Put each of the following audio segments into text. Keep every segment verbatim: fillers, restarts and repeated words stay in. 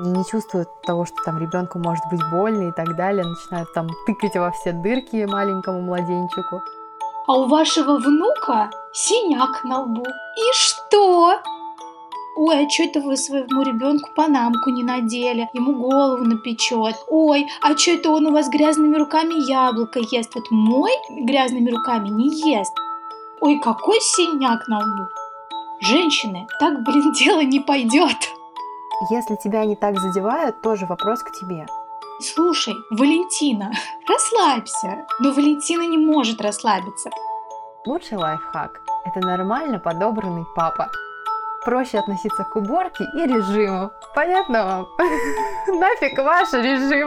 Они не чувствуют того, что там ребенку может быть больно и так далее, начинают там тыкать во все дырки маленькому младенчику. А у вашего внука синяк на лбу. И что? Ой, а что это вы своему ребенку панамку не надели? Ему голову напечет. Ой, а что это он у вас грязными руками яблоко ест? Вот мой грязными руками не ест. Ой, какой синяк на лбу. Женщины, так, блин, дело не пойдет. Если тебя не так задевают, тоже вопрос к тебе. Слушай, Валентина, расслабься. Но Валентина не может расслабиться. Лучший лайфхак – это нормально подобранный папа. Проще относиться к уборке и режиму. Понятно вам? Нафиг ваш режим.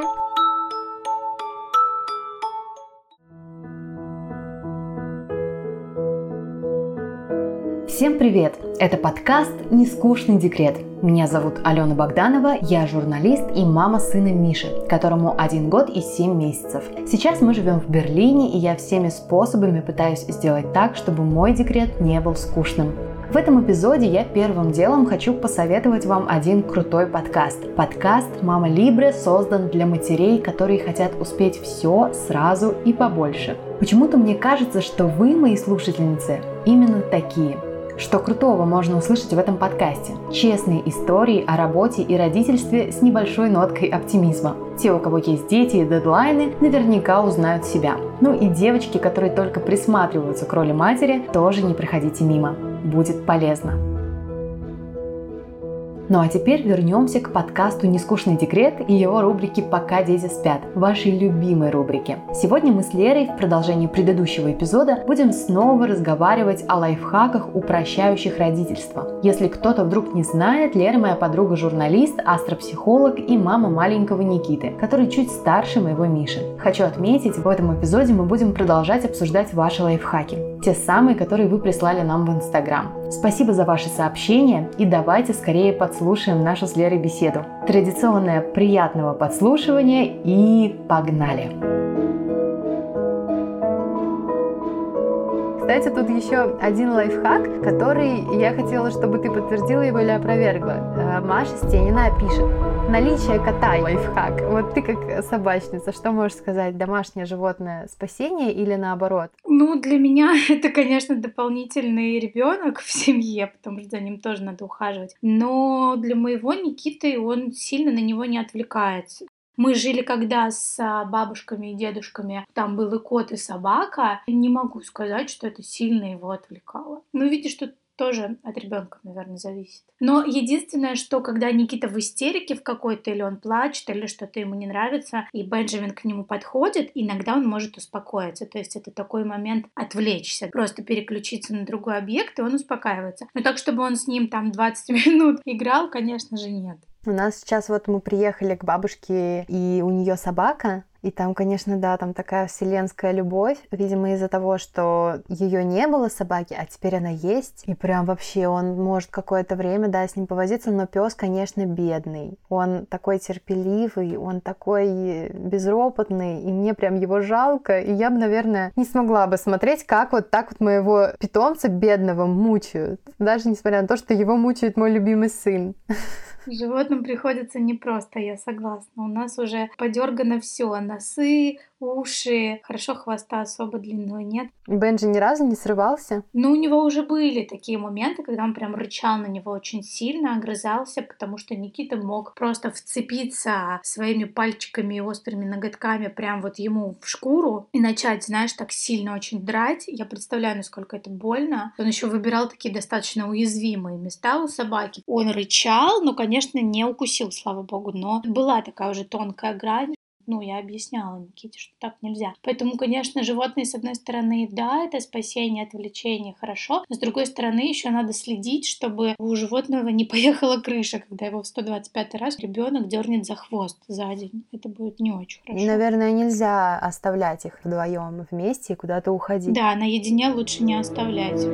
Всем привет! Это подкаст «Нескучный декрет». Меня зовут Алена Богданова, я журналист и мама сына Миши, которому один год и семь месяцев. Сейчас мы живем в Берлине, и я всеми способами пытаюсь сделать так, чтобы мой декрет не был скучным. В этом эпизоде я первым делом хочу посоветовать вам один крутой подкаст. Подкаст «Мама Либре» создан для матерей, которые хотят успеть все сразу и побольше. Почему-то мне кажется, что вы, мои слушательницы, именно такие. Что крутого можно услышать в этом подкасте? Честные истории о работе и родительстве с небольшой ноткой оптимизма. Те, у кого есть дети и дедлайны, наверняка узнают себя. Ну и девочки, которые только присматриваются к роли матери, тоже не проходите мимо. Будет полезно. Ну а теперь вернемся к подкасту «Нескучный декрет» и его рубрике «Пока дети спят», вашей любимой рубрике. Сегодня мы с Лерой в продолжении предыдущего эпизода будем снова разговаривать о лайфхаках, упрощающих родительство. Если кто-то вдруг не знает, Лера моя подруга-журналист, астропсихолог и мама маленького Никиты, который чуть старше моего Миши. Хочу отметить, в этом эпизоде мы будем продолжать обсуждать ваши лайфхаки. Те самые, которые вы прислали нам в Инстаграм. Спасибо за ваши сообщения и давайте скорее подслушаем нашу с Лерой беседу. Традиционное приятного подслушивания и погнали! Кстати, тут еще один лайфхак, который я хотела, чтобы ты подтвердила его или опровергла. Маша Стенина пишет: наличие кота – лайфхак. Вот ты как собачница, что можешь сказать? Домашнее животное спасение или наоборот? Ну, для меня это, конечно, дополнительный ребенок в семье, потому что за ним тоже надо ухаживать. Но для моего Никиты он сильно на него не отвлекается. Мы жили когда с бабушками и дедушками, там был и кот, и собака. Не могу сказать, что это сильно его отвлекало. Ну, видишь, тут тоже от ребенка, наверное, зависит. Но единственное, что когда Никита в истерике в какой-то, или он плачет, или что-то ему не нравится, и Бенджамин к нему подходит, иногда он может успокоиться. То есть это такой момент отвлечься, просто переключиться на другой объект, и он успокаивается. Но так, чтобы он с ним там двадцать минут играл, конечно же, нет. У нас сейчас вот мы приехали к бабушке, и у нее собака, и там, конечно, да, там такая вселенская любовь, видимо, из-за того, что ее не было собаки, а теперь она есть, и прям вообще он может какое-то время, да, с ним повозиться, но пес, конечно, бедный, он такой терпеливый, он такой безропотный, и мне прям его жалко, и я бы, наверное, не смогла бы смотреть, как вот так вот моего питомца бедного мучают, даже несмотря на то, что его мучает мой любимый сын. Животным приходится непросто, я согласна. У нас уже подергано все: носы, уши. Хорошо, хвоста особо длинного нет. Бенджи ни разу не срывался? Ну, у него уже были такие моменты, когда он прям рычал на него очень сильно, огрызался, потому что Никита мог просто вцепиться своими пальчиками и острыми ноготками прям вот ему в шкуру и начать, знаешь, так сильно очень драть. Я представляю, насколько это больно. Он еще выбирал такие достаточно уязвимые места у собаки. Он рычал, но, конечно, не укусил, слава богу, но была такая уже тонкая грань. Ну, я объясняла Никите, что так нельзя. Поэтому, конечно, животные, с одной стороны, да, это спасение, отвлечение, хорошо. Но, с другой стороны, еще надо следить, чтобы у животного не поехала крыша, когда его в сто двадцать пятый раз ребенок дернет за хвост за день. Это будет не очень хорошо. Наверное, нельзя оставлять их вдвоем вместе и куда-то уходить. Да, наедине лучше не оставлять.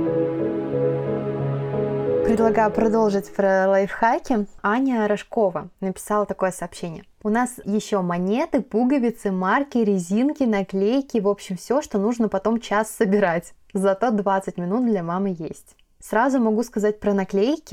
Предлагаю продолжить про лайфхаки. Аня Рожкова написала такое сообщение. У нас еще монеты, пуговицы, марки, резинки, наклейки, в общем, все, что нужно потом час собирать. Зато двадцать минут для мамы есть. Сразу могу сказать про наклейки.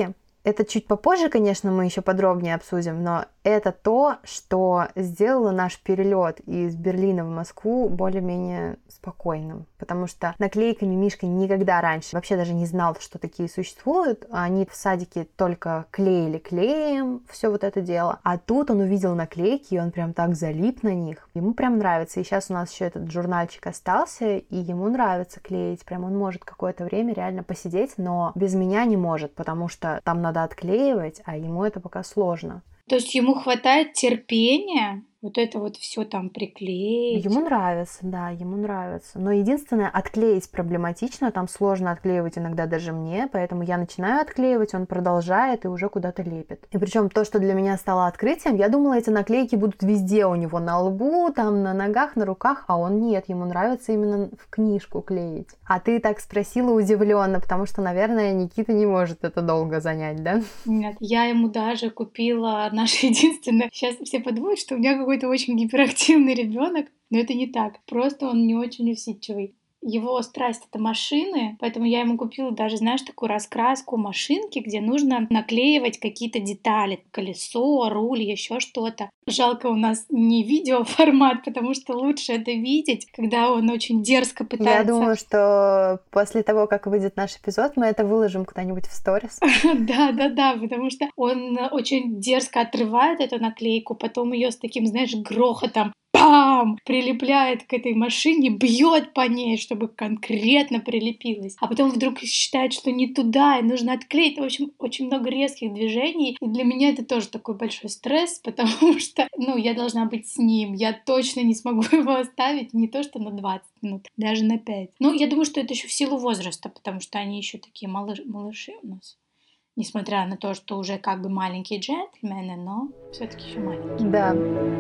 Это чуть попозже, конечно, мы еще подробнее обсудим, но это то, что сделало наш перелет из Берлина в Москву более-менее спокойным, потому что наклейками Мишка никогда раньше вообще даже не знал, что такие существуют. Они в садике только клеили клеем все вот это дело, а тут он увидел наклейки, и он прям так залип на них. Ему прям нравится, и сейчас у нас еще этот журнальчик остался, и ему нравится клеить, прям он может какое-то время реально посидеть, но без меня не может, потому что там надо надо отклеивать, а ему это пока сложно. То есть ему хватает терпения вот это вот все там приклеить? Ему нравится, да, ему нравится. Но единственное, отклеить проблематично, там сложно отклеивать иногда даже мне, поэтому я начинаю отклеивать, он продолжает и уже куда-то лепит. И причем то, что для меня стало открытием, я думала, эти наклейки будут везде у него, на лбу, там, на ногах, на руках, а он нет, ему нравится именно в книжку клеить. А ты так спросила удивленно, потому что, наверное, Никита не может это долго занять, да? Нет, я ему даже купила наше единственное. Сейчас все подумают, что у меня какой-то очень гиперактивный ребенок, но это не так. Просто он не очень усидчивый. Его страсть — это машины, поэтому я ему купила даже, знаешь, такую раскраску машинки, где нужно наклеивать какие-то детали. Колесо, руль, еще что-то. Жалко, у нас не видеоформат, потому что лучше это видеть, когда он очень дерзко пытается... Я думаю, что после того, как выйдет наш эпизод, мы это выложим куда-нибудь в сторис. Да-да-да, потому что он очень дерзко отрывает эту наклейку, потом ее с таким, знаешь, грохотом пам! Прилепляет к этой машине, бьет по ней, чтобы конкретно прилепилась. А потом вдруг считает, что не туда, и нужно отклеить. В общем, очень много резких движений. И для меня это тоже такой большой стресс, потому что, ну, я должна быть с ним. Я точно не смогу его оставить не то что на двадцать минут, даже на пять. Ну, я думаю, что это еще в силу возраста, потому что они еще такие малыш- малыши у нас. Несмотря на то, что уже как бы маленькие джентльмены, но все-таки еще маленькие. Да.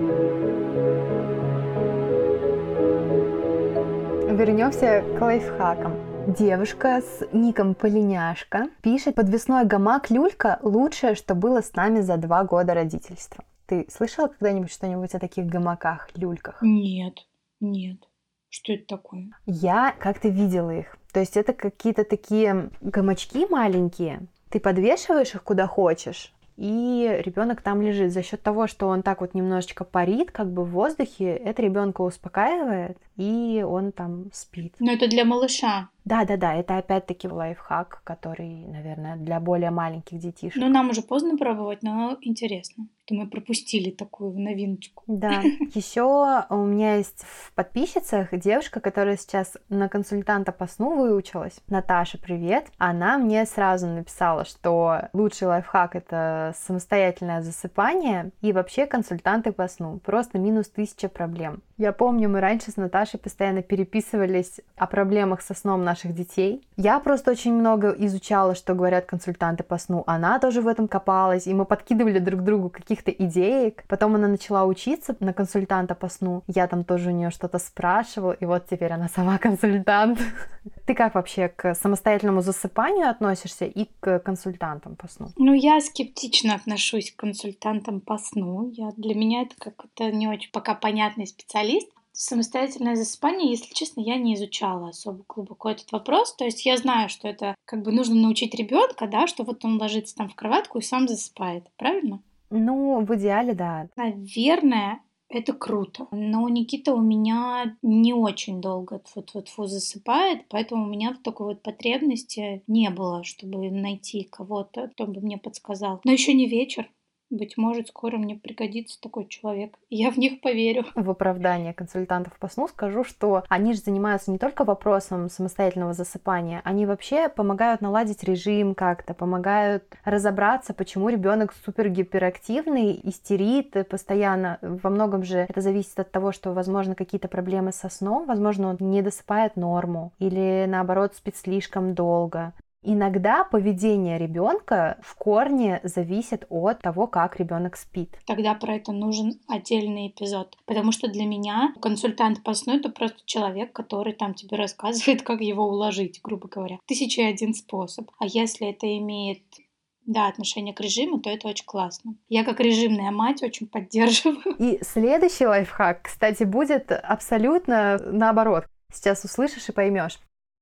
Вернемся к лайфхакам. Девушка с ником Полиняшка пишет: подвесной гамак люлька — лучшее, что было с нами за два года родительства. Ты слышала когда-нибудь что-нибудь о таких гамаках, люльках? Нет, нет. Что это такое? Я как-то видела их. То есть это какие-то такие гамачки маленькие. Ты подвешиваешь их куда хочешь, и ребенок там лежит. За счет того, что он так вот немножечко парит, как бы в воздухе, это ребенка успокаивает, и он там спит. Но это для малыша. Да-да-да, это опять-таки лайфхак, который, наверное, для более маленьких детишек. Ну, нам уже поздно пробовать, но интересно, что мы пропустили такую новиночку. Да. Еще у меня есть в подписчицах девушка, которая сейчас на консультанта по сну выучилась. Наташа, привет. Она мне сразу написала, что лучший лайфхак — это самостоятельное засыпание и вообще консультанты по сну. Просто минус тысяча проблем. Я помню, мы раньше с Наташей постоянно переписывались о проблемах со сном наших детей. Я просто очень много изучала, что говорят консультанты по сну. Она тоже в этом копалась, и мы подкидывали друг другу каких-то идеек. Потом она начала учиться на консультанта по сну. Я там тоже у нее что-то спрашивала, и вот теперь она сама консультант. Ты как вообще к самостоятельному засыпанию относишься и к консультантам по сну? Ну, я скептично отношусь к консультантам по сну. Я, для меня это как-то не очень пока понятный специалист. Самостоятельное засыпание, если честно, я не изучала особо глубоко этот вопрос. То есть я знаю, что это как бы нужно научить ребенка, да, что вот он ложится там в кроватку и сам засыпает. Правильно? Ну, в идеале, да. Наверное, это круто. Но Никита у меня не очень долго тьфу-тьфу-тьфу засыпает, поэтому у меня такой вот потребности не было, чтобы найти кого-то, кто бы мне подсказал. Но еще не вечер. Быть может, скоро мне пригодится такой человек. Я в них поверю. В оправдание консультантов по сну скажу, что они же занимаются не только вопросом самостоятельного засыпания, они вообще помогают наладить режим как-то, помогают разобраться, почему ребенок супер гиперактивный, истерит постоянно. Во многом же это зависит от того, что, возможно, какие-то проблемы со сном, возможно, он не досыпает норму или, наоборот, спит слишком долго. Иногда поведение ребенка в корне зависит от того, как ребенок спит. Тогда про это нужен отдельный эпизод. Потому что для меня консультант по сну — это просто человек, который там тебе рассказывает, как его уложить, грубо говоря. Тысяча и один способ. А если это имеет, да, отношение к режиму, то это очень классно. Я как режимная мать очень поддерживаю. И следующий лайфхак, кстати, будет абсолютно наоборот. Сейчас услышишь и поймешь.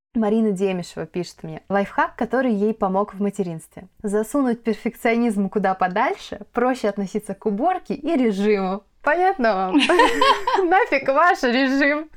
Марина Демишева пишет мне. Лайфхак, который ей помог в материнстве. Засунуть перфекционизм куда подальше, проще относиться к уборке и режиму. Понятно вам? Нафиг ваш режим.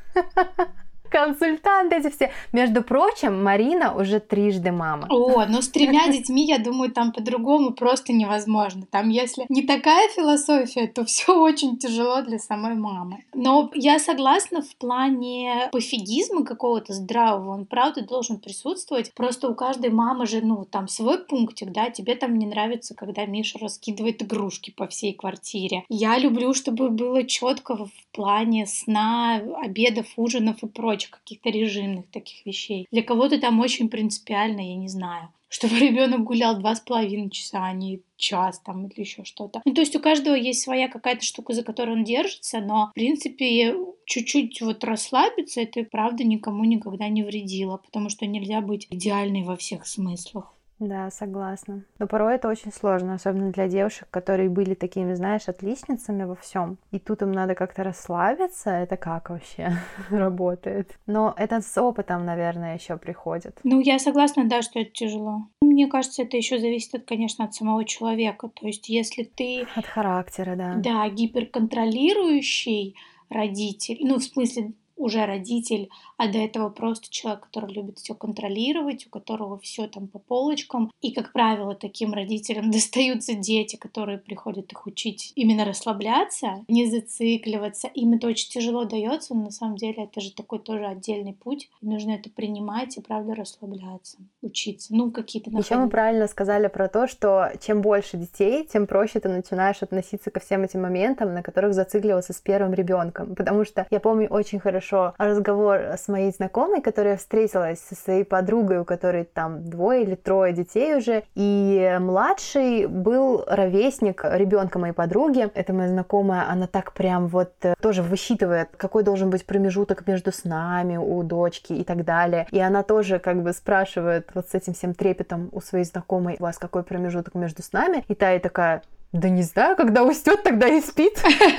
Консультанты эти все. Между прочим, Марина уже трижды мама. О, но с тремя детьми, я думаю, там по-другому просто невозможно. Там, если не такая философия, то все очень тяжело для самой мамы. Но я согласна в плане пофигизма какого-то здравого, он правда должен присутствовать. Просто у каждой мамы же, ну, там свой пунктик, да, тебе там не нравится, когда Миша раскидывает игрушки по всей квартире. Я люблю, чтобы было четко в плане сна, обедов, ужинов и прочего, каких-то режимных таких вещей. Для кого-то там очень принципиально, я не знаю, чтобы ребенок гулял два с половиной часа, а не час там или еще что-то. Ну, то есть у каждого есть своя какая-то штука, за которую он держится, но, в принципе, чуть-чуть вот расслабиться, это правда никому никогда не вредило, потому что нельзя быть идеальной во всех смыслах. Да, согласна. Но порой это очень сложно, особенно для девушек, которые были такими, знаешь, отличницами во всем. И тут им надо как-то расслабиться. Это как вообще работает? Но это с опытом, наверное, еще приходит. Ну, я согласна, да, что это тяжело. Мне кажется, это еще зависит, конечно, от самого человека. То есть, если ты... От характера, да. Да, гиперконтролирующий родитель, ну, в смысле, уже родитель, а до этого просто человек, который любит все контролировать, у которого все там по полочкам. И, как правило, таким родителям достаются дети, которые приходят их учить именно расслабляться, не зацикливаться. Им это очень тяжело дается, но на самом деле это же такой тоже отдельный путь. И нужно это принимать и, правда, расслабляться, учиться. Ну, какие-то находить. Еще мы правильно сказали про то, что чем больше детей, тем проще ты начинаешь относиться ко всем этим моментам, на которых зацикливался с первым ребенком. Потому что я помню очень хорошо разговор с моей знакомой, которая встретилась со своей подругой, у которой там двое или трое детей уже, и младший был ровесник ребенка моей подруги. Это моя знакомая, она так прям вот тоже высчитывает, какой должен быть промежуток между снами у дочки и так далее. И она тоже как бы спрашивает вот с этим всем трепетом у своей знакомой, у вас какой промежуток между снами? И та и такая, да не знаю, когда уснет, тогда и спит.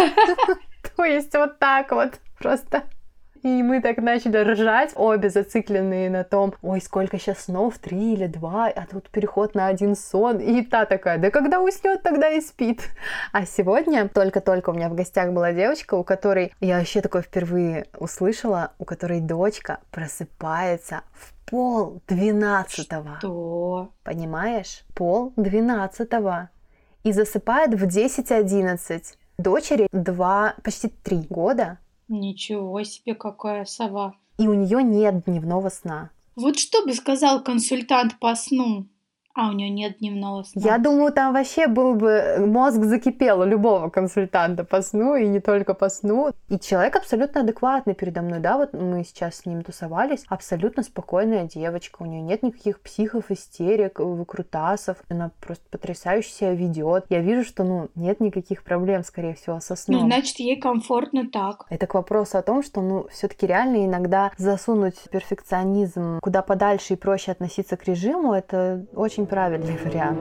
То есть вот так вот просто... И мы так начали ржать, обе зацикленные на том, ой, сколько сейчас снов, три или два, а тут переход на один сон. И та такая, да когда уснет, тогда и спит. А сегодня только-только у меня в гостях была девочка, у которой, я вообще такое впервые услышала, у которой дочка просыпается в пол двенадцатого. Что? Понимаешь? Пол двенадцатого. И засыпает в десять-одиннадцать. Дочери два, почти три года. Ничего себе, какая сова. И у нее нет дневного сна. Вот что бы сказал консультант по сну? А у нее нет дневного сна. Я думаю, там вообще был бы мозг закипел у любого консультанта по сну, и не только по сну. И человек абсолютно адекватный передо мной, да, вот мы сейчас с ним тусовались, абсолютно спокойная девочка, у нее нет никаких психов, истерик, выкрутасов, она просто потрясающе себя ведет. Я вижу, что, ну, нет никаких проблем, скорее всего, со сном. Ну, значит, ей комфортно так. Это к вопросу о том, что, ну, все-таки реально иногда засунуть перфекционизм куда подальше и проще относиться к режиму, это очень правильный вариант.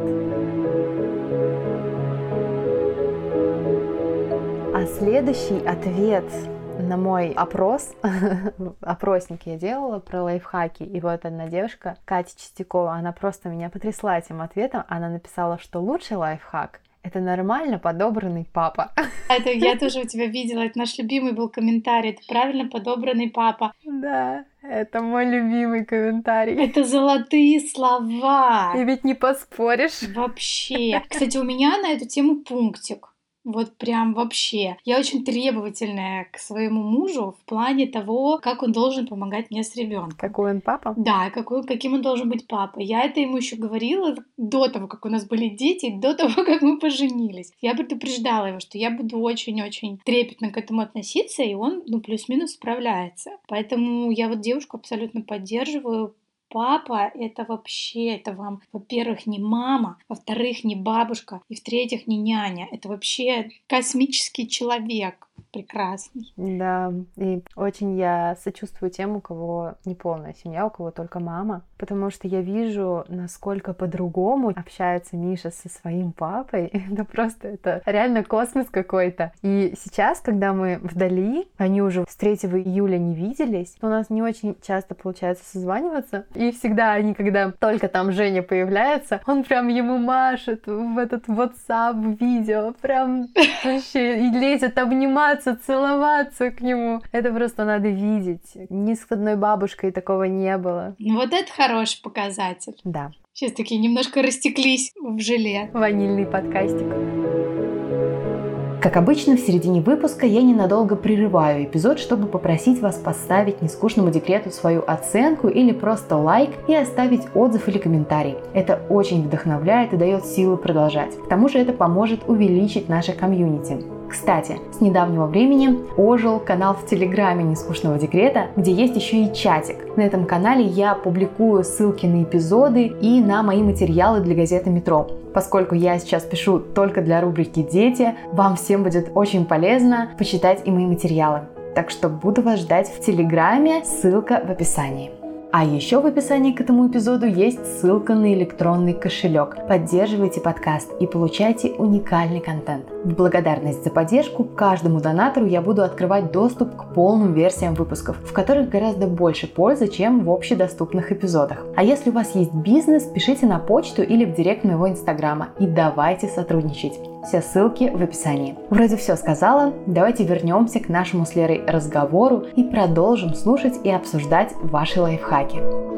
А следующий ответ на мой опрос, опросник я делала про лайфхаки, и вот одна девушка, Катя Чистякова, она просто меня потрясла этим ответом, она написала, что лучший лайфхак — это нормально подобранный папа. Это я тоже у тебя видела, это наш любимый был комментарий, это правильно подобранный папа. Да, это мой любимый комментарий. Это золотые слова. И ведь не поспоришь. Вообще. Кстати, у меня на эту тему пунктик. Вот прям вообще. Я очень требовательная к своему мужу в плане того, как он должен помогать мне с ребенком. Какой он папа? Да, какой, каким он должен быть папой. Я это ему еще говорила до того, как у нас были дети, до того, как мы поженились. Я предупреждала его, что я буду очень-очень трепетно к этому относиться, и он, ну, плюс-минус справляется. Поэтому я вот девушку абсолютно поддерживаю. Папа — это вообще, это вам, во-первых, не мама, во-вторых, не бабушка, и в-третьих, не няня. Это вообще космический человек. прекрасный. Да, и очень я сочувствую тем, у кого не полная семья, у кого только мама, потому что я вижу, насколько по-другому общается Миша со своим папой. Это просто, это реально космос какой-то. И сейчас, когда мы вдали, они уже с третьего июля не виделись, у нас не очень часто получается созваниваться, и всегда они, когда только там Женя появляется, он прям ему машет в этот WhatsApp видео, прям вообще и лезет обниматься, целоваться к нему. Это просто надо видеть. Ни с одной бабушкой такого не было. Ну вот это хороший показатель. Да. Сейчас такие немножко растеклись в желе. Ванильный подкастик. Как обычно, в середине выпуска я ненадолго прерываю эпизод, чтобы попросить вас поставить нескучному декрету свою оценку или просто лайк и оставить отзыв или комментарий. Это очень вдохновляет и дает силы продолжать. К тому же это поможет увеличить наше комьюнити. Кстати, с недавнего времени ожил канал в Телеграме «Нескучного декрета», где есть еще и чатик. На этом канале я публикую ссылки на эпизоды и на мои материалы для газеты «Метро». Поскольку я сейчас пишу только для рубрики «Дети», вам всем будет очень полезно почитать и мои материалы. Так что буду вас ждать в Телеграме, ссылка в описании. А еще в описании к этому эпизоду есть ссылка на электронный кошелек. Поддерживайте подкаст и получайте уникальный контент. В благодарность за поддержку каждому донатору я буду открывать доступ к полным версиям выпусков, в которых гораздо больше пользы, чем в общедоступных эпизодах. А если у вас есть бизнес, пишите на почту или в директ моего инстаграма и давайте сотрудничать. Все ссылки в описании. Вроде все сказала, давайте вернемся к нашему с Лерой разговору и продолжим слушать и обсуждать ваши лайфхаки.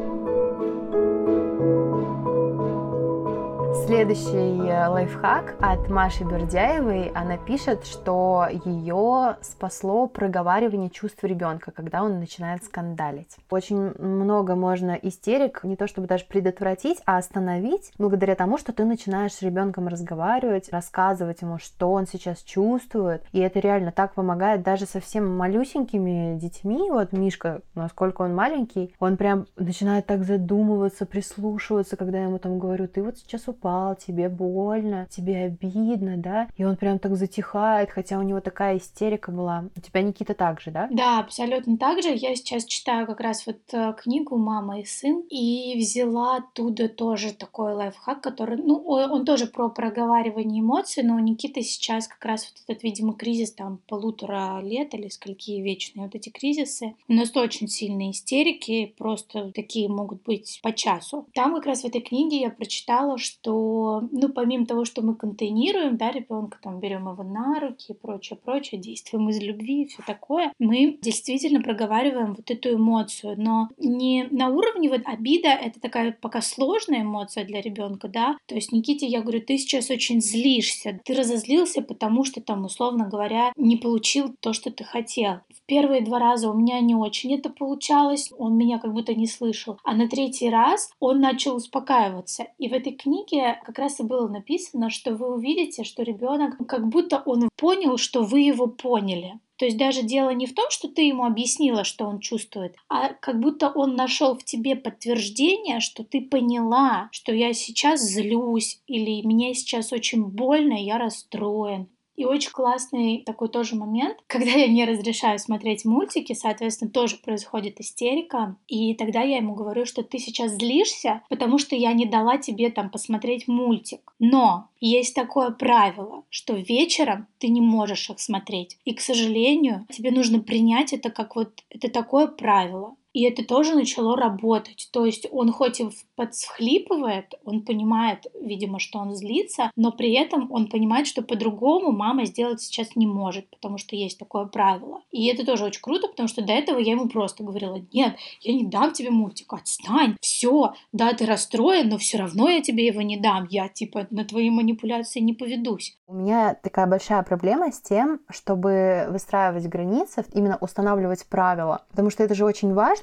Следующий лайфхак от Маши Бердяевой. Она пишет, что ее спасло проговаривание чувств ребенка, когда он начинает скандалить. Очень много можно истерик не то чтобы даже предотвратить, а остановить благодаря тому, что ты начинаешь с ребенком разговаривать, рассказывать ему, что он сейчас чувствует. И это реально так помогает даже совсем малюсенькими детьми. Вот Мишка, насколько он маленький, он прям начинает так задумываться, прислушиваться, когда я ему там говорю: ты вот сейчас упал, тебе больно, тебе обидно, да? И он прям так затихает, хотя у него такая истерика была. У тебя, Никита, так же, да? Да, абсолютно так же. Я сейчас читаю как раз вот книгу «Мама и сын» и взяла оттуда тоже такой лайфхак, который, ну, он тоже про проговаривание эмоций, но у Никиты сейчас как раз вот этот, видимо, кризис там полутора лет или скольки вечные вот эти кризисы. У нас очень сильные истерики, просто такие могут быть по часу. Там как раз в этой книге я прочитала, что ну, помимо того, что мы контейнируем, да, ребенка, там, берем его на руки и прочее, прочее, действуем из любви и все такое, мы действительно проговариваем вот эту эмоцию, но не на уровне вот обида, это такая пока сложная эмоция для ребенка, да, то есть Никите я говорю: ты сейчас очень злишься, ты разозлился, потому что там, условно говоря, не получил то, что ты хотел. В первые два раза у меня не очень это получалось, он меня как будто не слышал, а на третий раз он начал успокаиваться, и в этой книге как раз и было написано, что вы увидите, что ребенок как будто он понял, что вы его поняли. То есть даже дело не в том, что ты ему объяснила, что он чувствует, а как будто он нашел в тебе подтверждение, что ты поняла, что я сейчас злюсь, или мне сейчас очень больно, и я расстроен. И очень классный такой тоже момент, когда я не разрешаю смотреть мультики, соответственно, тоже происходит истерика, и тогда я ему говорю, что ты сейчас злишься, потому что я не дала тебе там посмотреть мультик. Но есть такое правило, что вечером ты не можешь их смотреть. И, к сожалению, тебе нужно принять это как вот, это такое правило. И это тоже начало работать. То есть он хоть и подсхлипывает, он понимает, видимо, что он злится, но при этом он понимает, что по-другому мама сделать сейчас не может, потому что есть такое правило. И это тоже очень круто, потому что до этого я ему просто говорила: нет, я не дам тебе мультик, отстань, все, да, ты расстроен, но все равно я тебе его не дам, я типа на твои манипуляции не поведусь. У меня такая большая проблема с тем, чтобы выстраивать границы, именно устанавливать правила, потому что это же очень важно.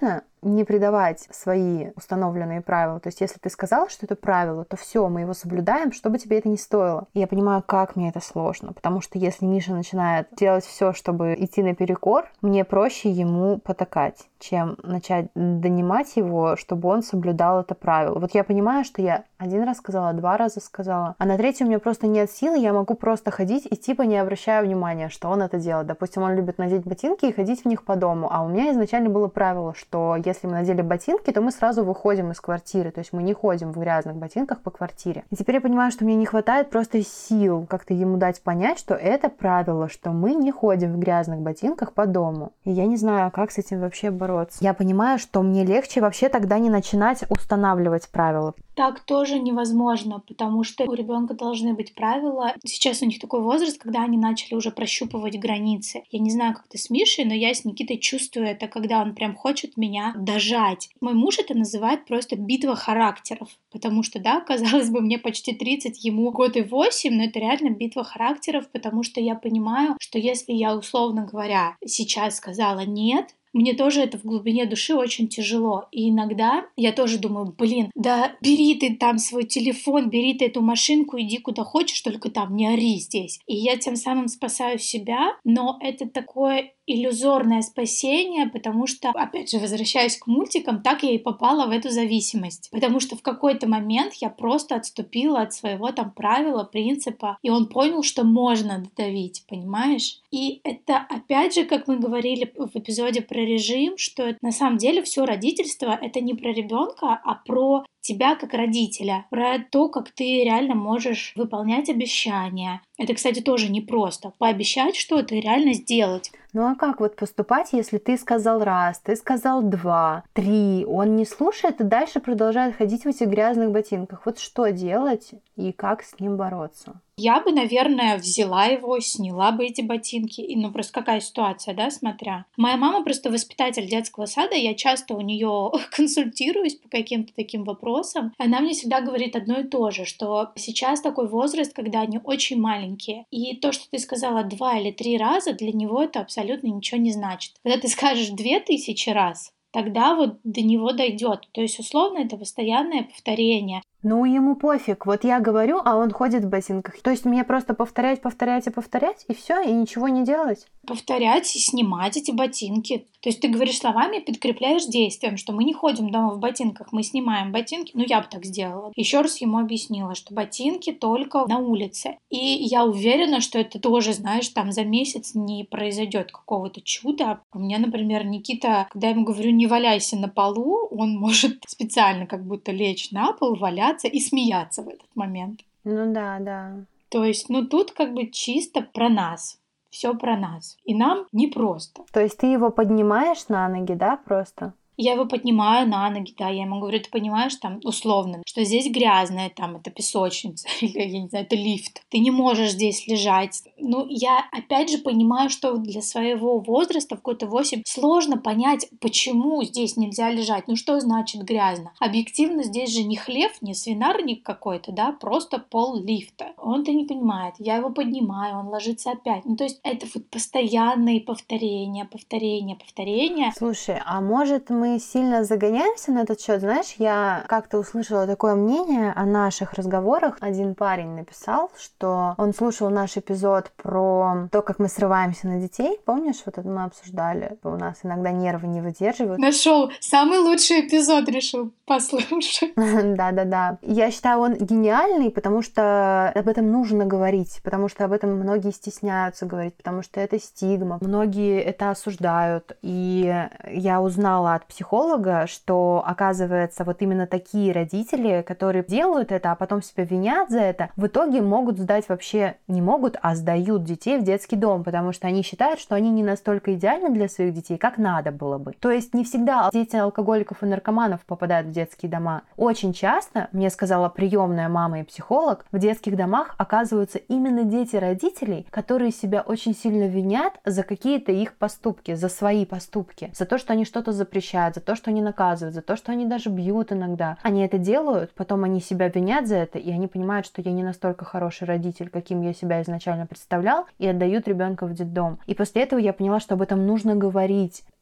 не предавать свои установленные правила. То есть если ты сказал, что это правило, то все, мы его соблюдаем, что бы тебе это ни стоило. И я понимаю, как мне это сложно, потому что если Миша начинает делать все, чтобы идти наперекор, мне проще ему потакать, чем начать донимать его, чтобы он соблюдал это правило. Вот я понимаю, что я один раз сказала, два раза сказала, а на третий у меня просто нет силы, я могу просто ходить и типа не обращая внимания, что он это делает. Допустим, он любит надеть ботинки и ходить в них по дому, а у меня изначально было правило, что если мы надели ботинки, то мы сразу выходим из квартиры, то есть мы не ходим в грязных ботинках по квартире. И теперь я понимаю, что мне не хватает просто сил как-то ему дать понять, что это правило, что мы не ходим в грязных ботинках по дому. И я не знаю, как с этим вообще бороться. Я понимаю, что мне легче вообще тогда не начинать устанавливать правила. Так тоже невозможно, потому что у ребенка должны быть правила. Сейчас у них такой возраст, когда они начали уже прощупывать границы. Я не знаю, как ты с Мишей, но я с Никитой чувствую это, когда он прям хочет меня дожать. Мой муж это называет просто битва характеров, потому что, да, казалось бы, мне почти тридцать, ему год и восемь, но это реально битва характеров, потому что я понимаю, что если я, условно говоря, сейчас сказала «нет», мне тоже это в глубине души очень тяжело. И иногда я тоже думаю, блин, да бери ты там свой телефон, бери ты эту машинку, иди куда хочешь, только там не ори здесь. И я тем самым спасаю себя, но это такое иллюзорное спасение, потому что, опять же, возвращаясь к мультикам, так я и попала в эту зависимость. Потому что в какой-то момент я просто отступила от своего там правила, принципа, и он понял, что можно давить, понимаешь? И это, опять же, как мы говорили в эпизоде про режим, что на самом деле все родительство — это не про ребенка, а про тебя как родителя, про то, как ты реально можешь выполнять обещания. Это, кстати, тоже непросто. Пообещать что-то и реально сделать. Ну а как вот поступать, если ты сказал раз, ты сказал два, три, он не слушает и дальше продолжает ходить в этих грязных ботинках? Вот что делать и как с ним бороться? Я бы, наверное, взяла его, сняла бы эти ботинки. И, ну, просто какая ситуация, да, смотря. Моя мама просто воспитатель детского сада, я часто у нее консультируюсь по каким-то таким вопросам. Она мне всегда говорит одно и то же, что сейчас такой возраст, когда они очень маленькие. И то, что ты сказала два или три раза, для него это абсолютно ничего не значит. Когда ты скажешь две тысячи раз, тогда вот до него дойдет. То есть, условно, это постоянное повторение. Ну, ему пофиг. Вот я говорю, а он ходит в ботинках. То есть мне просто повторять, повторять и повторять, и все, и ничего не делать? Повторять и снимать эти ботинки. То есть ты говоришь словами, подкрепляешь действием, что мы не ходим дома в ботинках, мы снимаем ботинки. Ну, я бы так сделала. Еще раз ему объяснила, что ботинки только на улице. И я уверена, что это тоже, знаешь, там за месяц не произойдет какого-то чуда. У меня, например, Никита, когда я ему говорю, не валяйся на полу, он может специально как будто лечь на пол, валяться и смеяться в этот момент. Ну да, да. То есть, ну тут как бы чисто про нас. Все про нас. И нам непросто. То есть ты его поднимаешь на ноги, да, просто? Я его поднимаю на ноги, да, я ему говорю, ты понимаешь, там, условно, что здесь грязная, там, это песочница, или, я не знаю, это лифт, ты не можешь здесь лежать. Ну, я, опять же, понимаю, что для своего возраста, в какой-то восемь, сложно понять, почему здесь нельзя лежать, ну, что значит грязно? Объективно, здесь же не хлев, не свинарник какой-то, да, просто пол лифта. Он-то не понимает, я его поднимаю, он ложится опять. Ну, то есть, это вот постоянные повторения, повторения, повторения. Слушай, а может мы мы сильно загоняемся на этот счет. Знаешь, я как-то услышала такое мнение о наших разговорах. Один парень написал, что он слушал наш эпизод про то, как мы срываемся на детей. Помнишь, вот это мы обсуждали? У нас иногда нервы не выдерживают. Нашел самый лучший эпизод, решил послушать. Да-да-да. Я считаю, он гениальный, потому что об этом нужно говорить, потому что об этом многие стесняются говорить, потому что это стигма. Многие это осуждают. И я узнала от психолога, что, оказывается, вот именно такие родители, которые делают это, а потом себя винят за это, в итоге могут сдать вообще, не могут, а сдают детей в детский дом, потому что они считают, что они не настолько идеальны для своих детей, как надо было бы. То есть не всегда дети алкоголиков и наркоманов попадают в детские дома. Очень часто, мне сказала приемная мама и психолог, в детских домах оказываются именно дети родителей, которые себя очень сильно винят за какие-то их поступки, за свои поступки, за то, что они что-то запрещают, за то, что они наказывают, за то, что они даже бьют иногда. Они это делают, потом они себя винят за это, и они понимают, что я не настолько хороший родитель, каким я себя изначально представлял, и отдают ребенка в детдом. И после этого я поняла, что об этом нужно говорить.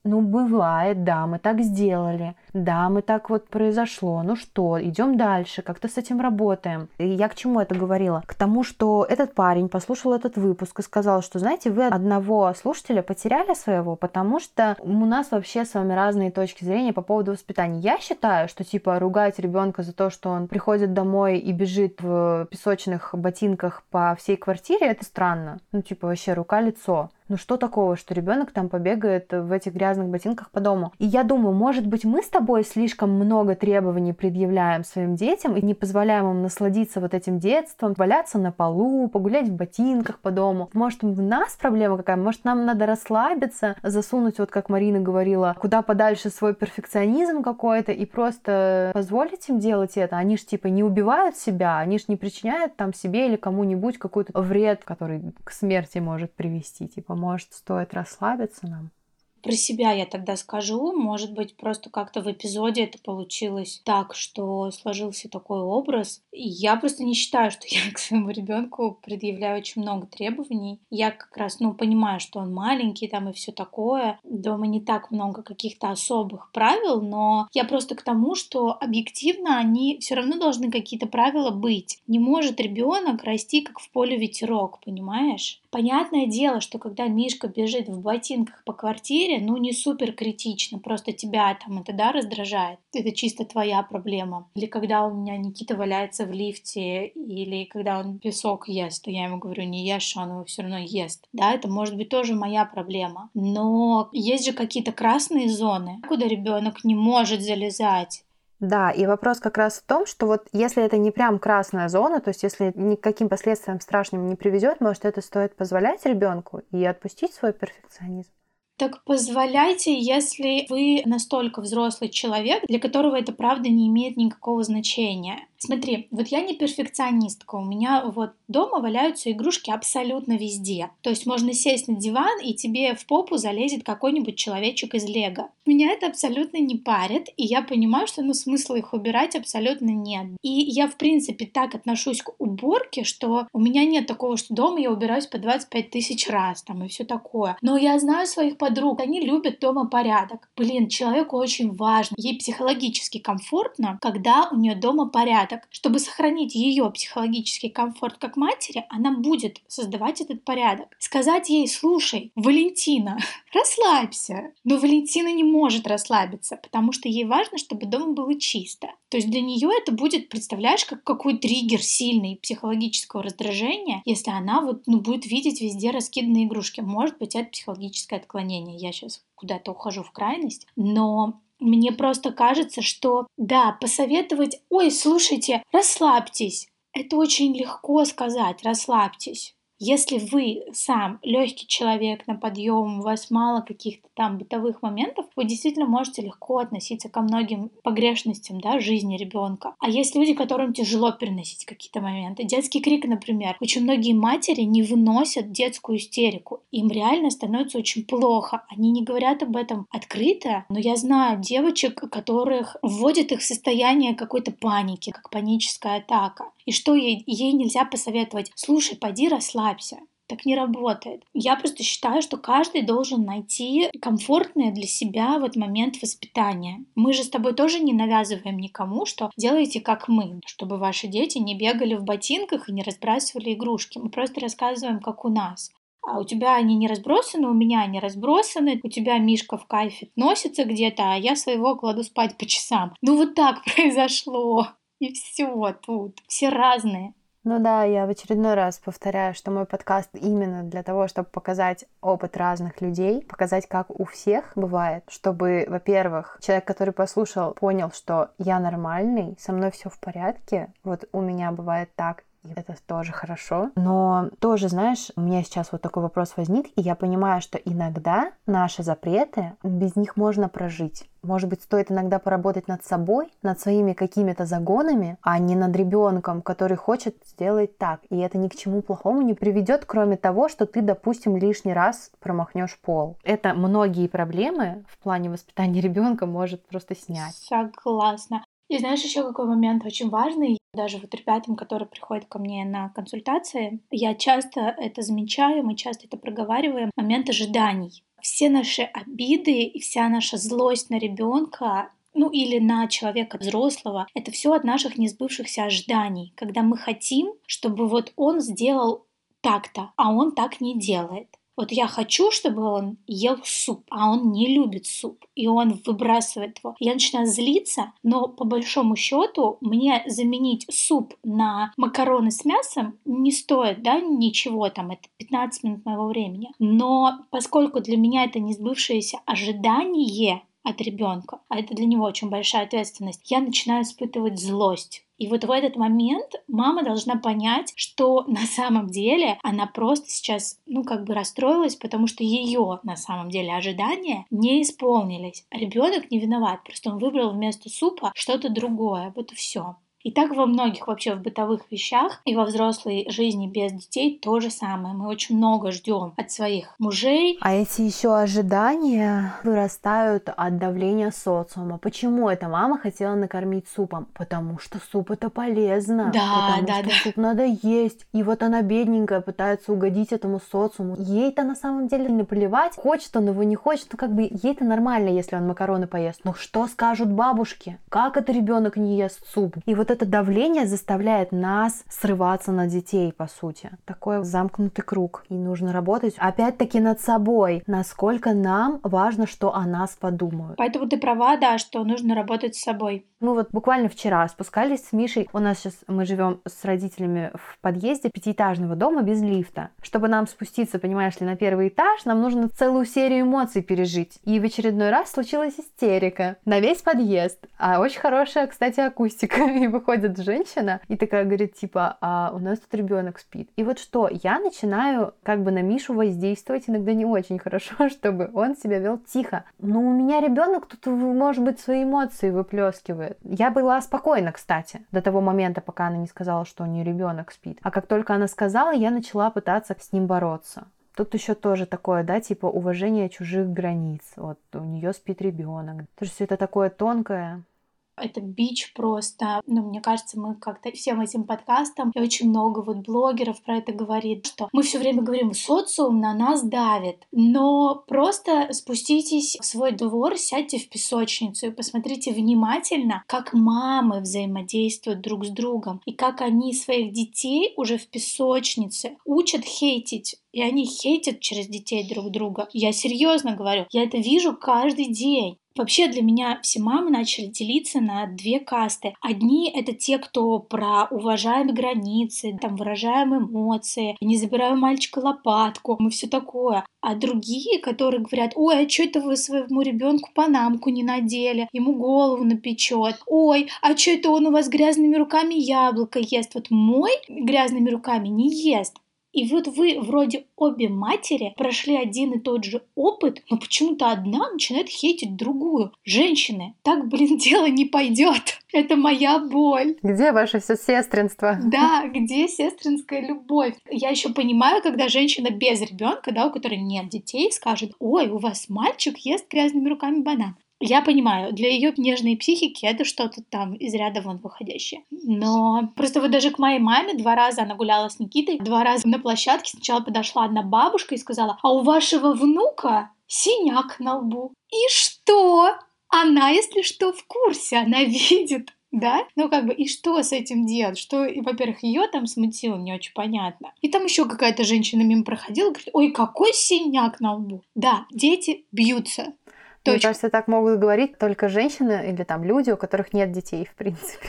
Ну, бывает, да, мы так сделали, да, мы так вот произошло, ну что, идем дальше, как-то с этим работаем. И я к чему это говорила? К тому, что этот парень послушал этот выпуск и сказал, что, знаете, вы одного слушателя потеряли своего, потому что у нас вообще с вами разные точки зрения по поводу воспитания. Я считаю, что, типа, ругать ребенка за то, что он приходит домой и бежит в песочных ботинках по всей квартире, это странно. Ну, типа, вообще рука-лицо. Ну что такого, что ребенок там побегает в этих грязных ботинках по дому? И я думаю, может быть, мы с тобой слишком много требований предъявляем своим детям и не позволяем им насладиться вот этим детством, валяться на полу, погулять в ботинках по дому. Может, у нас проблема какая? Может, нам надо расслабиться, засунуть, вот как Марина говорила, куда подальше свой перфекционизм какой-то и просто позволить им делать это? Они ж типа не убивают себя, они ж не причиняют там себе или кому-нибудь какой-то вред, который к смерти может привести. Типа, может, стоит расслабиться нам? Про себя я тогда скажу. Может быть, просто как-то в эпизоде это получилось так, что сложился такой образ. И я просто не считаю, что я к своему ребенку предъявляю очень много требований. Я как раз, ну, понимаю, что он маленький там и все такое. Дома не так много каких-то особых правил, но я просто к тому, что объективно они все равно должны какие-то правила быть. Не может ребенок расти как в поле ветерок, понимаешь? Понятное дело, что когда Мишка бежит в ботинках по квартире, ну не супер критично, просто тебя там это, да, раздражает. Это чисто твоя проблема. Или когда у меня Никита валяется в лифте, или когда он песок ест, и я ему говорю, не ешь, а он его все равно ест. Да, это может быть тоже моя проблема. Но есть же какие-то красные зоны, куда ребенок не может залезать. Да, и вопрос как раз в том, что вот если это не прям красная зона, то есть если ни к каким последствиям страшным не приведет, может, это стоит позволять ребенку и отпустить свой перфекционизм? Так позволяйте, если вы настолько взрослый человек, для которого это правда не имеет никакого значения. Смотри, вот я не перфекционистка, у меня вот дома валяются игрушки абсолютно везде. То есть можно сесть на диван, и тебе в попу залезет какой-нибудь человечек из лего. Меня это абсолютно не парит, и я понимаю, что ну смысла их убирать абсолютно нет. И я, в принципе, так отношусь к уборке, что у меня нет такого, что дома я убираюсь по двадцать пять тысяч раз там и все такое. Но я знаю своих подруг, они любят дома порядок. Блин, человеку очень важно, ей психологически комфортно, когда у нее дома порядок. Чтобы сохранить ее психологический комфорт как матери, она будет создавать этот порядок. Сказать ей, слушай, Валентина, расслабься. Но Валентина не может расслабиться, потому что ей важно, чтобы дома было чисто. То есть для нее это будет, представляешь, как какой триггер сильный психологического раздражения, если она вот, ну, будет видеть везде раскиданные игрушки. Может быть, это психологическое отклонение. Я сейчас куда-то ухожу в крайность, но мне просто кажется, что да, посоветовать, ой, слушайте, расслабьтесь. Это очень легко сказать, расслабьтесь. Если вы сам легкий человек на подъем, у вас мало каких-то там бытовых моментов, вы действительно можете легко относиться ко многим погрешностям, да, жизни ребенка. А есть люди, которым тяжело переносить какие-то моменты. Детский крик, например. Очень многие матери не выносят детскую истерику. Им реально становится очень плохо. Они не говорят об этом открыто, но я знаю девочек, которых вводят их в состояние какой-то паники, как паническая атака. И что ей, ей нельзя посоветовать? Слушай, пойди расслабься. Так не работает. Я просто считаю, что каждый должен найти комфортное для себя вот момент воспитания. Мы же с тобой тоже не навязываем никому, что делайте как мы, чтобы ваши дети не бегали в ботинках и не разбрасывали игрушки. Мы просто рассказываем, как у нас. А у тебя они не разбросаны, у меня они разбросаны, у тебя Мишка в кайфе носится где-то, а я своего кладу спать по часам. Ну вот так произошло. И все тут. Все разные. Ну да, я в очередной раз повторяю, что мой подкаст именно для того, чтобы показать опыт разных людей, показать, как у всех бывает, чтобы, во-первых, человек, который послушал, понял, что я нормальный, со мной все в порядке, вот у меня бывает так, и это тоже хорошо. Но тоже, знаешь, у меня сейчас вот такой вопрос возник, и я понимаю, что иногда наши запреты, без них можно прожить. Может быть, стоит иногда поработать над собой, над своими какими-то загонами, а не над ребенком, который хочет сделать так. И это ни к чему плохому не приведет, кроме того, что ты, допустим, лишний раз промахнешь пол. Это многие проблемы в плане воспитания ребенка может просто снять. Согласна. И знаешь, еще какой момент очень важный, даже вот ребятам, которые приходят ко мне на консультации, я часто это замечаю, мы часто это проговариваем, момент ожиданий. Все наши обиды и вся наша злость на ребенка, ну или на человека взрослого, это все от наших несбывшихся ожиданий, когда мы хотим, чтобы вот он сделал так-то, а он так не делает. Вот я хочу, чтобы он ел суп, а он не любит суп, и он выбрасывает его. Я начинаю злиться, но по большому счету мне заменить суп на макароны с мясом не стоит, да, ничего там, это пятнадцать минут моего времени. Но поскольку для меня это несбывшееся ожидание от ребенка, а это для него очень большая ответственность, я начинаю испытывать злость. И вот в этот момент мама должна понять, что на самом деле она просто сейчас, ну, как бы расстроилась, потому что ее на самом деле ожидания не исполнились. Ребенок не виноват, просто он выбрал вместо супа что-то другое. Вот и все. И так во многих вообще в бытовых вещах и во взрослой жизни без детей то же самое. Мы очень много ждем от своих мужей. А эти еще ожидания вырастают от давления социума. Почему эта мама хотела накормить супом? Потому что суп это полезно. Да, потому да, что да. суп надо есть. И вот она бедненькая пытается угодить этому социуму. Ей-то на самом деле наплевать, хочет он его, не хочет. Ну как бы ей-то нормально, если он макароны поест. Но что скажут бабушки? Как это ребенок не ест суп? И вот это давление заставляет нас срываться на детей, по сути. Такой замкнутый круг. И нужно работать, опять-таки, над собой. Насколько нам важно, что о нас подумают. Поэтому ты права, да, что нужно работать с собой. Мы вот буквально вчера спускались с Мишей. У нас сейчас, мы живем с родителями в подъезде пятиэтажного дома без лифта. Чтобы нам спуститься, понимаешь ли, на первый этаж, нам нужно целую серию эмоций пережить. И в очередной раз случилась истерика на весь подъезд. А очень хорошая, кстати, акустика. И выходит женщина и такая говорит, типа, а у нас тут ребенок спит. И вот что, я начинаю как бы на Мишу воздействовать иногда не очень хорошо, чтобы он себя вел тихо. Но у меня ребенок тут, может быть, свои эмоции выплескивает. Я была спокойна, кстати, до того момента, пока она не сказала, что у нее ребенок спит. А как только она сказала, я начала пытаться с ним бороться. Тут еще тоже такое, да, типа уважение чужих границ. Вот у нее спит ребенок. Тоже все это такое тонкое. Это бич просто. Ну, мне кажется, мы как-то всем этим подкастом, и очень много вот блогеров про это говорит, что мы все время говорим, социум на нас давит. Но просто спуститесь в свой двор, сядьте в песочницу и посмотрите внимательно, как мамы взаимодействуют друг с другом, и как они своих детей уже в песочнице учат хейтить. И они хейтят через детей друг друга. Я серьезно говорю, я это вижу каждый день. Вообще для меня все мамы начали делиться на две касты. Одни — это те, кто про уважаем границы, там, выражаем эмоции, не забираем мальчика лопатку, и все такое. А другие, которые говорят, ой, а что это вы своему ребенку панамку не надели, ему голову напечет. Ой, а что это он у вас грязными руками яблоко ест? Вот мой грязными руками не ест. И вот вы вроде обе матери прошли один и тот же опыт, но почему-то одна начинает хейтить другую. Женщины, так, блин, дело не пойдет. Это моя боль. Где ваше все сестринство? Да, где сестринская любовь? Я еще понимаю, когда женщина без ребенка, да, у которой нет детей, скажет, ой, у вас мальчик ест грязными руками банан. Я понимаю, для ее нежной психики это что-то там из ряда вон выходящее. Но просто вот даже к моей маме два раза она гуляла с Никитой, два раза на площадке сначала подошла одна бабушка и сказала, а у вашего внука синяк на лбу. И что? Она, если что, в курсе, она видит. Да? Ну, как бы, и что с этим делать? Что, и, во-первых, ее там смутило, не очень понятно. И там еще какая-то женщина мимо проходила, говорит, ой, какой синяк на лбу. Да, дети бьются. Мне Точка. кажется, так могут говорить только женщины или там люди, у которых нет детей, в принципе.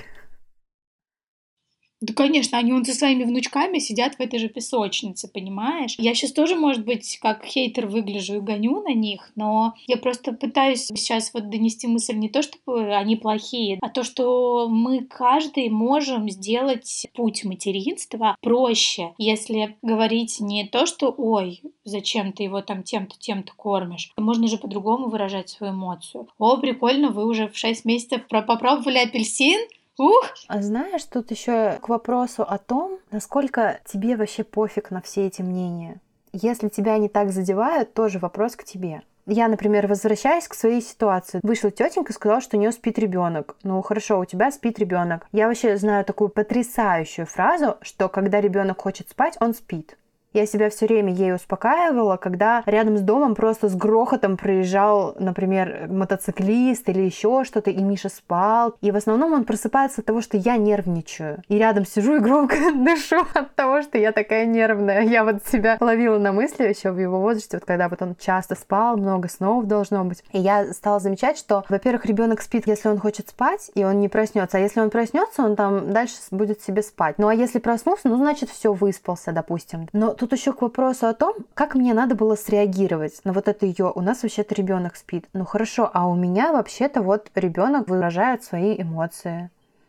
Да, конечно, они вон со своими внучками сидят в этой же песочнице, понимаешь? Я сейчас тоже, может быть, как хейтер выгляжу и гоню на них, но я просто пытаюсь сейчас вот донести мысль не то, чтобы они плохие, а то, что мы каждый можем сделать путь материнства проще, если говорить не то, что «Ой, зачем ты его там тем-то, тем-то кормишь?» Можно же по-другому выражать свою эмоцию. «О, прикольно, вы уже в шесть месяцев попробовали апельсин?» Ух! А знаешь, тут еще к вопросу о том, насколько тебе вообще пофиг на все эти мнения. Если тебя не так задевают, тоже вопрос к тебе. Я, например, возвращаюсь к своей ситуации. Вышла тетенька и сказала, что у нее спит ребенок. Ну хорошо, у тебя спит ребенок. Я вообще знаю такую потрясающую фразу, что когда ребенок хочет спать, он спит. Я себя все время ей успокаивала, когда рядом с домом просто с грохотом проезжал, например, мотоциклист или еще что-то, и Миша спал. И в основном он просыпается от того, что я нервничаю. И рядом сижу и громко дышу от того, что я такая нервная. Я вот себя ловила на мысли еще в его возрасте, вот когда вот он часто спал, много снов должно быть. И я стала замечать, что, во-первых, ребенок спит, если он хочет спать, и он не проснется. А если он проснется, он там дальше будет себе спать. Ну а если проснулся, ну значит все, выспался, допустим. Но тут еще к вопросу о том, как мне надо было среагировать на вот это ее. У нас вообще-то ребенок спит. Ну хорошо, а у меня вообще-то вот ребенок выражает свои эмоции.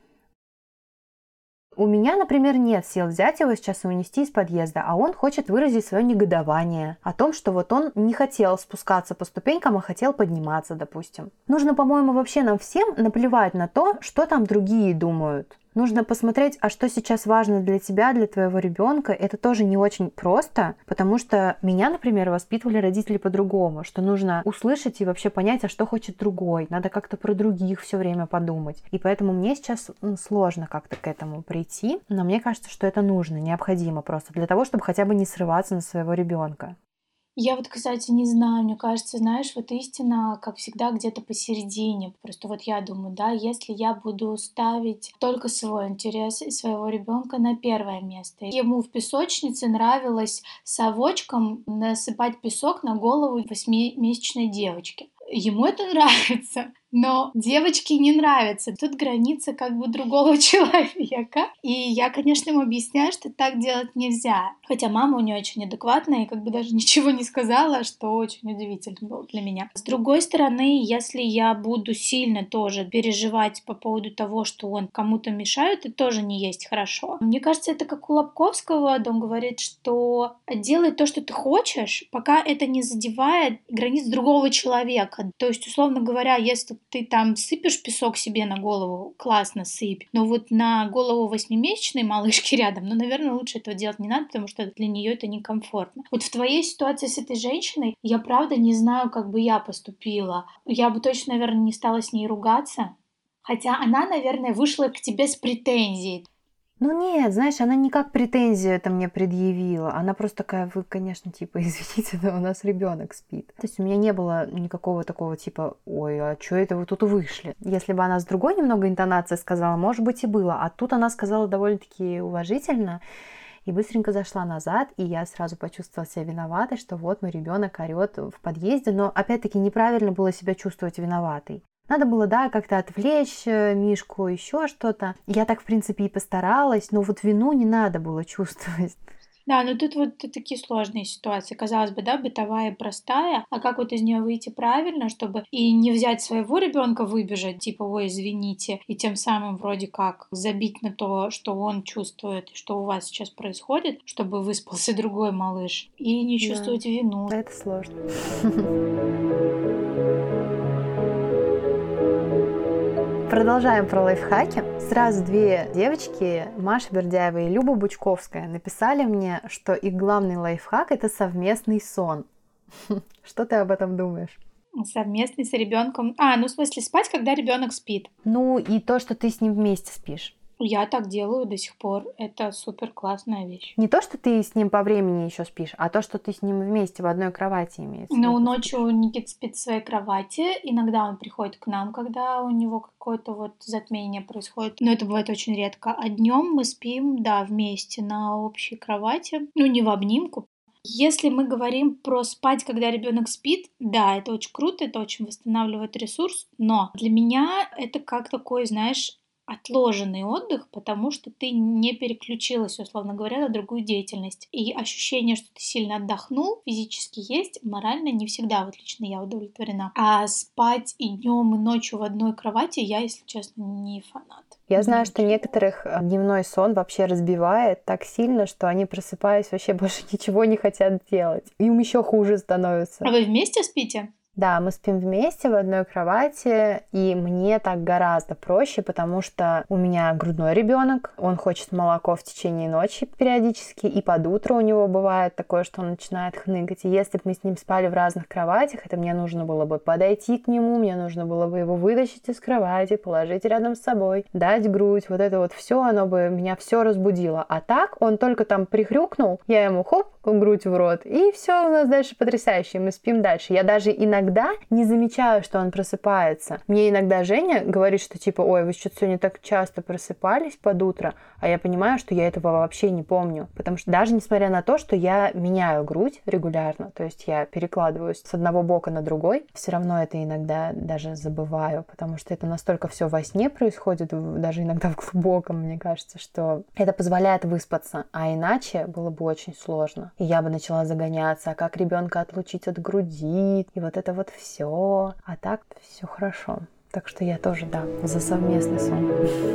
У меня, например, нет сил взять его сейчас и унести из подъезда, а он хочет выразить свое негодование о том, что вот он не хотел спускаться по ступенькам, а хотел подниматься, допустим. Нужно, по-моему, вообще нам всем наплевать на то, что там другие думают. Нужно посмотреть, а что сейчас важно для тебя, для твоего ребенка. Это тоже не очень просто, потому что меня, например, воспитывали родители по-другому, что нужно услышать и вообще понять, а что хочет другой. Надо как-то про других все время подумать. И поэтому мне сейчас сложно как-то к этому прийти, но мне кажется, что это нужно, необходимо просто для того, чтобы хотя бы не срываться на своего ребенка. Я вот, кстати, не знаю, мне кажется, знаешь, вот истина, как всегда, где-то посередине. Просто вот я думаю, да, если я буду ставить только свой интерес и своего ребенка на первое место. Ему в песочнице нравилось совочком насыпать песок на голову восьмимесячной девочки. Ему это нравится, но девочке не нравится. Тут граница как бы другого человека. И я, конечно, ему объясняю, что так делать нельзя. Хотя мама у нее очень адекватная и как бы даже ничего не сказала, что очень удивительно было для меня. С другой стороны, если я буду сильно тоже переживать по поводу того, что он кому-то мешает, это тоже не есть хорошо. Мне кажется, это как у Лобковского, он говорит, что делай то, что ты хочешь, пока это не задевает границ другого человека. То есть, условно говоря, если ты там сыпешь песок себе на голову, классно, сыпь, но вот на голову восьмимесячной малышки рядом, ну, наверное, лучше этого делать не надо, потому что для нее это некомфортно. Вот в твоей ситуации с этой женщиной я правда не знаю, как бы я поступила. Я бы точно, наверное, не стала с ней ругаться, хотя она, наверное, вышла к тебе с претензией. Ну нет, знаешь, она не как претензию это мне предъявила. Она просто такая, вы, конечно, типа, извините, но у нас ребенок спит. То есть у меня не было никакого такого типа, ой, а что это вы тут вышли? Если бы она с другой немного интонацией сказала, может быть и было. А тут она сказала довольно-таки уважительно и быстренько зашла назад, и я сразу почувствовала себя виноватой, что вот мой ребенок орет в подъезде, но опять-таки неправильно было себя чувствовать виноватой. Надо было, да, как-то отвлечь Мишку, еще что-то. Я так, в принципе, и постаралась, но вот вину не надо было чувствовать. Да, но тут вот такие сложные ситуации. Казалось бы, да, бытовая и простая, а как вот из нее выйти правильно, чтобы и не взять своего ребенка, выбежать, типа, ой, извините, и тем самым вроде как забить на то, что он чувствует, и что у вас сейчас происходит, чтобы выспался другой малыш, и не чувствовать Да, вину. это сложно. Продолжаем про лайфхаки. Сразу две девочки, Маша Бердяева и Люба Бучковская, написали мне, что их главный лайфхак – это совместный сон. Что ты об этом думаешь? Совместный с ребенком. А, ну в смысле спать, когда ребенок спит. Ну и то, что ты с ним вместе спишь. Я так делаю до сих пор. Это супер классная вещь. Не то, что ты с ним по времени еще спишь, а то, что ты с ним вместе в одной кровати имеется. Ну, ночью Никита спит в своей кровати. Иногда он приходит к нам, когда у него какое-то вот затмение происходит. Но это бывает очень редко. А днем мы спим, да, вместе на общей кровати. Ну, не в обнимку. Если мы говорим про спать, когда ребенок спит, да, это очень круто, это очень восстанавливает ресурс, но для меня это как такой, знаешь, отложенный отдых, потому что ты не переключилась, условно говоря, на другую деятельность. И ощущение, что ты сильно отдохнул, физически есть, морально не всегда, вот лично я удовлетворена. А спать и днем, и ночью в одной кровати я, если честно, не фанат. Я знаю, что некоторых дневной сон вообще разбивает так сильно, что они, просыпаясь, вообще больше ничего не хотят делать. Им еще хуже становится. А вы вместе спите? Да, мы спим вместе в одной кровати, и мне так гораздо проще, потому что у меня грудной ребенок, он хочет молоко в течение ночи периодически, и под утро у него бывает такое, что он начинает хныкать. И если бы мы с ним спали в разных кроватях, это мне нужно было бы подойти к нему, мне нужно было бы его вытащить из кровати, положить рядом с собой, дать грудь, вот это вот все, оно бы меня все разбудило. А так он только там прихрюкнул, я ему хоп, грудь в рот, и все у нас дальше потрясающе, мы спим дальше. Я даже иногда не замечаю, что он просыпается. Мне иногда Женя говорит, что типа, ой, вы что-то сегодня так часто просыпались под утро, а я понимаю, что я этого вообще не помню. Потому что даже несмотря на то, что я меняю грудь регулярно, то есть я перекладываюсь с одного бока на другой, все равно это иногда даже забываю, потому что это настолько все во сне происходит, даже иногда в глубоком, мне кажется, что это позволяет выспаться, а иначе было бы очень сложно. И я бы начала загоняться, а как ребенка отлучить от груди, и вот это вот все. А так все хорошо. Так что я тоже, да, за совместный сон.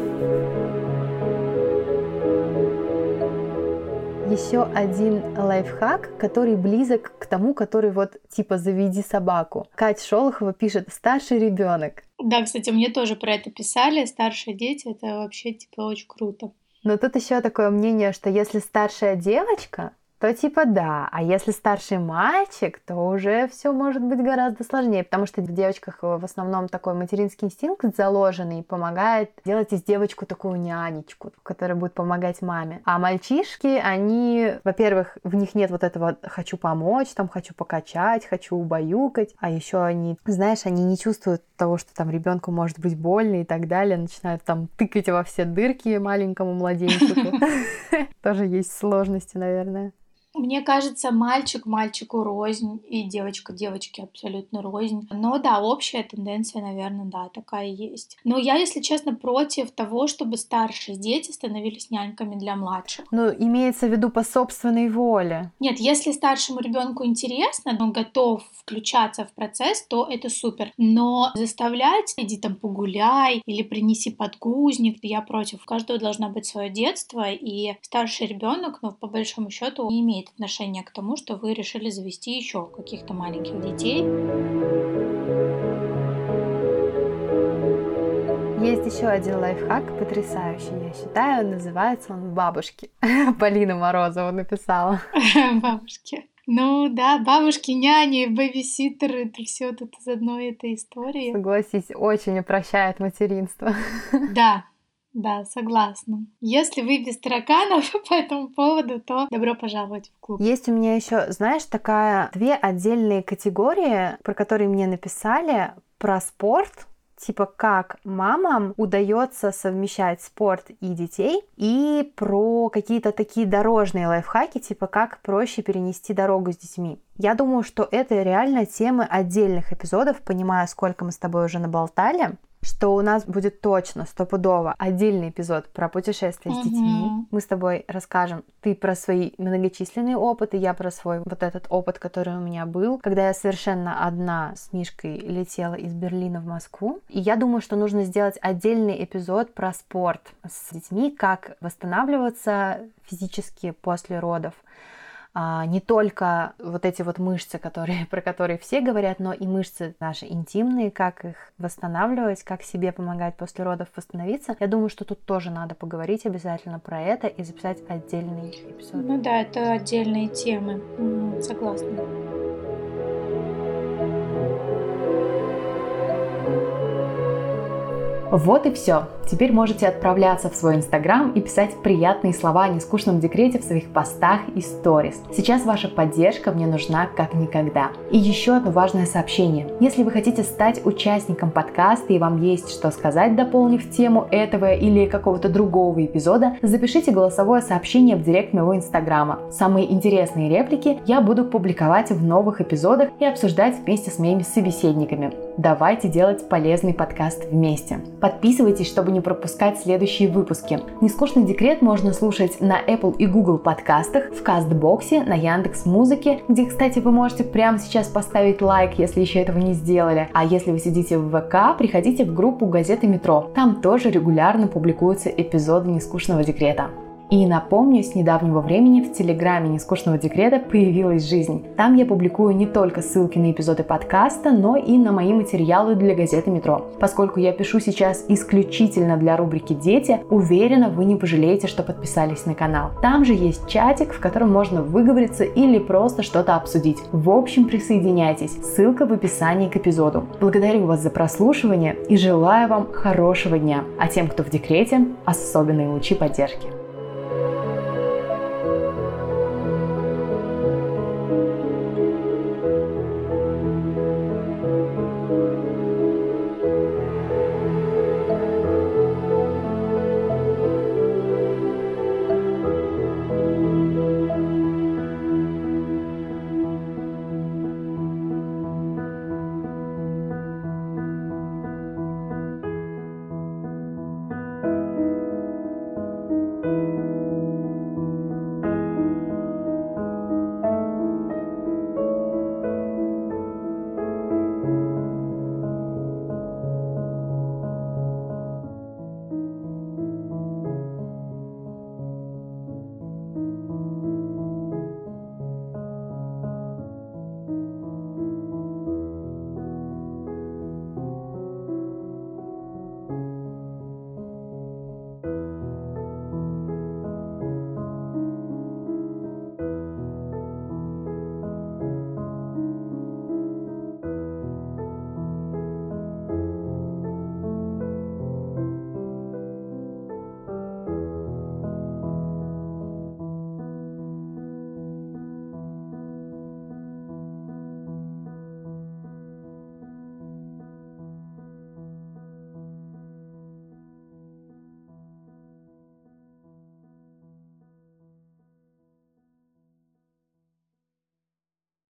Еще один лайфхак, который близок к тому, который вот типа «заведи собаку». Катя Шолохова пишет «старший ребенок». Да, кстати, мне тоже про это писали. Старшие дети — это вообще типа очень круто. Но тут еще такое мнение, что если старшая девочка, то типа да, а если старший мальчик, то уже все может быть гораздо сложнее, потому что в девочках в основном такой материнский инстинкт заложенный помогает делать из девочку такую нянечку, которая будет помогать маме. А мальчишки, они, во-первых, в них нет вот этого «хочу помочь», там «хочу покачать», «хочу убаюкать», а еще они, знаешь, они не чувствуют того, что там ребенку может быть больно и так далее, начинают там тыкать во все дырки маленькому младенчику. Тоже есть сложности, наверное. Мне кажется, мальчик мальчику рознь, и девочка девочке абсолютно рознь. Но да, общая тенденция, наверное, да, такая есть. Но я, если честно, против того, чтобы старшие дети становились няньками для младших. Ну, имеется в виду по собственной воле. Нет, если старшему ребенку интересно, он готов включаться в процесс, то это супер. Но заставлять, иди там погуляй или принеси подгузник, я против. У каждого должно быть свое детство, и старший ребенок, ну, по большому счету, не имеет отношение к тому, что вы решили завести еще каких-то маленьких детей. Есть еще один лайфхак, потрясающий, я считаю, называется он «Бабушки». Полина Морозова написала. Бабушки. Ну да, бабушки, няни, бэбиситеры, это все тут из одной этой истории. Согласись, очень упрощает материнство. Да. Да, согласна. Если вы без тараканов по этому поводу, то добро пожаловать в клуб. Есть у меня еще, знаешь, такая две отдельные категории, про которые мне написали, про спорт, типа как мамам удается совмещать спорт и детей, и про какие-то такие дорожные лайфхаки, типа как проще перенести дорогу с детьми. Я думаю, что это реально темы отдельных эпизодов, понимая, сколько мы с тобой уже наболтали, что у нас будет точно, стопудово отдельный эпизод про путешествия с детьми. Мгм. Мы с тобой расскажем, ты про свои многочисленные опыты, я про свой вот этот опыт, который у меня был, когда я совершенно одна с Мишкой летела из Берлина в Москву. И я думаю, что нужно сделать отдельный эпизод про спорт с детьми, как восстанавливаться физически после родов. А, не только вот эти вот мышцы, которые, про которые все говорят, но и мышцы наши интимные, как их восстанавливать, как себе помогать после родов восстановиться. Я думаю, что тут тоже надо поговорить обязательно про это и записать отдельный эпизод. Ну да, это отдельные темы. М, Согласна. Вот и все. Теперь можете отправляться в свой инстаграм и писать приятные слова о нескучном декрете в своих постах и сторис. Сейчас ваша поддержка мне нужна как никогда. И еще одно важное сообщение. Если вы хотите стать участником подкаста и вам есть что сказать, дополнив тему этого или какого-то другого эпизода, запишите голосовое сообщение в директ моего инстаграма. Самые интересные реплики я буду публиковать в новых эпизодах и обсуждать вместе с моими собеседниками. Давайте делать полезный подкаст вместе. Подписывайтесь, чтобы не пропускать следующие выпуски. Нескучный декрет можно слушать на Apple и Google подкастах, в Кастбоксе, на Яндекс.Музыке, где, кстати, вы можете прямо сейчас поставить лайк, если еще этого не сделали. А если вы сидите в ВК, приходите в группу «Газеты Метро». Там тоже регулярно публикуются эпизоды нескучного декрета. И напомню, с недавнего времени в Телеграме «Нескучного декрета» появилась жизнь. Там я публикую не только ссылки на эпизоды подкаста, но и на мои материалы для газеты «Метро». Поскольку я пишу сейчас исключительно для рубрики «Дети», уверена, вы не пожалеете, что подписались на канал. Там же есть чатик, в котором можно выговориться или просто что-то обсудить. В общем, присоединяйтесь. Ссылка в описании к эпизоду. Благодарю вас за прослушивание и желаю вам хорошего дня. А тем, кто в декрете, особенные лучи поддержки.